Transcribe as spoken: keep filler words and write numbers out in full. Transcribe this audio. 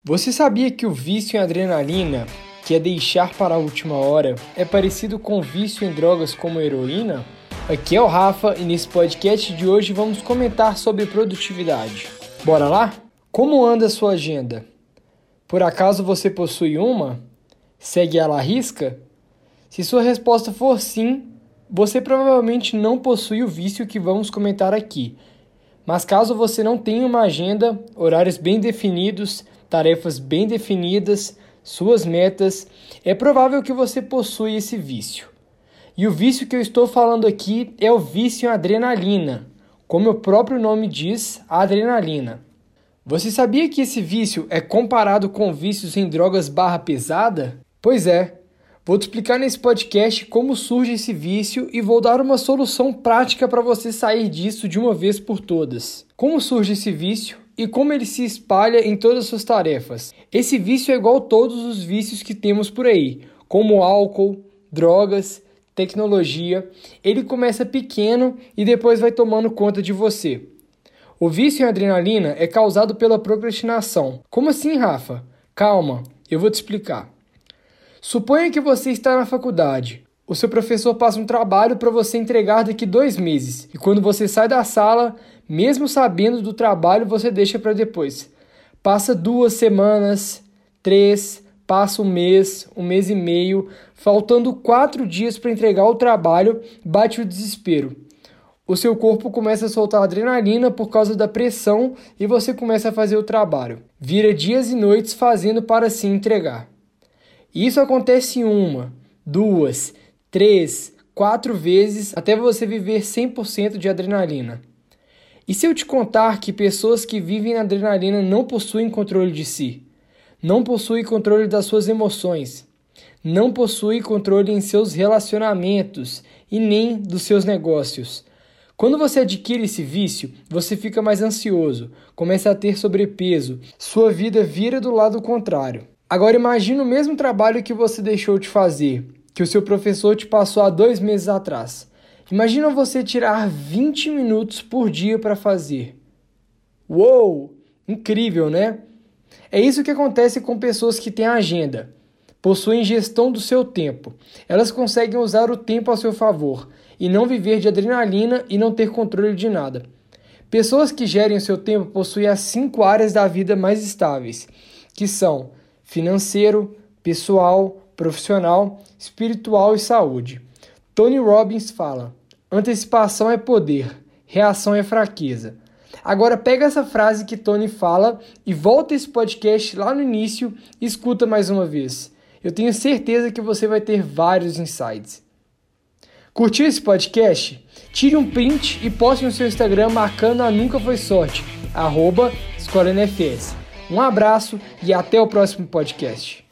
Você sabia que o vício em adrenalina, que é deixar para a última hora, é parecido com o vício em drogas como a heroína? Aqui é o Rafa e nesse podcast de hoje vamos comentar sobre produtividade. Bora lá? Como anda a sua agenda? Por acaso você possui uma? Segue ela à risca? Se sua resposta for sim, você provavelmente não possui o vício que vamos comentar aqui. Mas caso você não tenha uma agenda, horários bem definidos, tarefas bem definidas, suas metas, é provável que você possua esse vício. E o vício que eu estou falando aqui é o vício em adrenalina, como o próprio nome diz, a adrenalina. Você sabia que esse vício é comparado com vícios em drogas barra pesada? Pois é, vou te explicar nesse podcast como surge esse vício e vou dar uma solução prática para você sair disso de uma vez por todas. Como surge esse vício e como ele se espalha em todas as suas tarefas. Esse vício é igual a todos os vícios que temos por aí, como álcool, drogas, tecnologia. Ele começa pequeno e depois vai tomando conta de você. O vício em adrenalina é causado pela procrastinação. Como assim, Rafa? Calma, eu vou te explicar. Suponha que você está na faculdade. O seu professor passa um trabalho para você entregar daqui dois meses. E quando você sai da sala, mesmo sabendo do trabalho, você deixa para depois. Passa duas semanas, três, passa um mês, um mês e meio, faltando quatro dias para entregar o trabalho, bate o desespero. O seu corpo começa a soltar adrenalina por causa da pressão e você começa a fazer o trabalho. Vira dias e noites fazendo para se entregar. Isso acontece uma, duas, três, quatro vezes até você viver cem por cento de adrenalina. E se eu te contar que pessoas que vivem na adrenalina não possuem controle de si, não possuem controle das suas emoções, não possuem controle em seus relacionamentos e nem dos seus negócios? Quando você adquire esse vício, você fica mais ansioso, começa a ter sobrepeso, sua vida vira do lado contrário. Agora imagine o mesmo trabalho que você deixou de fazer, que o seu professor te passou há dois meses atrás. Imagina você tirar vinte minutos por dia para fazer. Uou! Incrível, né? É isso que acontece com pessoas que têm agenda. Possuem gestão do seu tempo. Elas conseguem usar o tempo a seu favor e não viver de adrenalina e não ter controle de nada. Pessoas que gerem o seu tempo possuem as cinco áreas da vida mais estáveis, que são financeiro, pessoal, profissional, espiritual e saúde. Tony Robbins fala: antecipação é poder, reação é fraqueza. Agora pega essa frase que Tony fala e volta esse podcast lá no início e escuta mais uma vez. Eu tenho certeza que você vai ter vários insights. Curtiu esse podcast? Tire um print e poste no seu Instagram marcando a Nunca Foi Sorte, arroba Escola N F S. Um abraço e até o próximo podcast.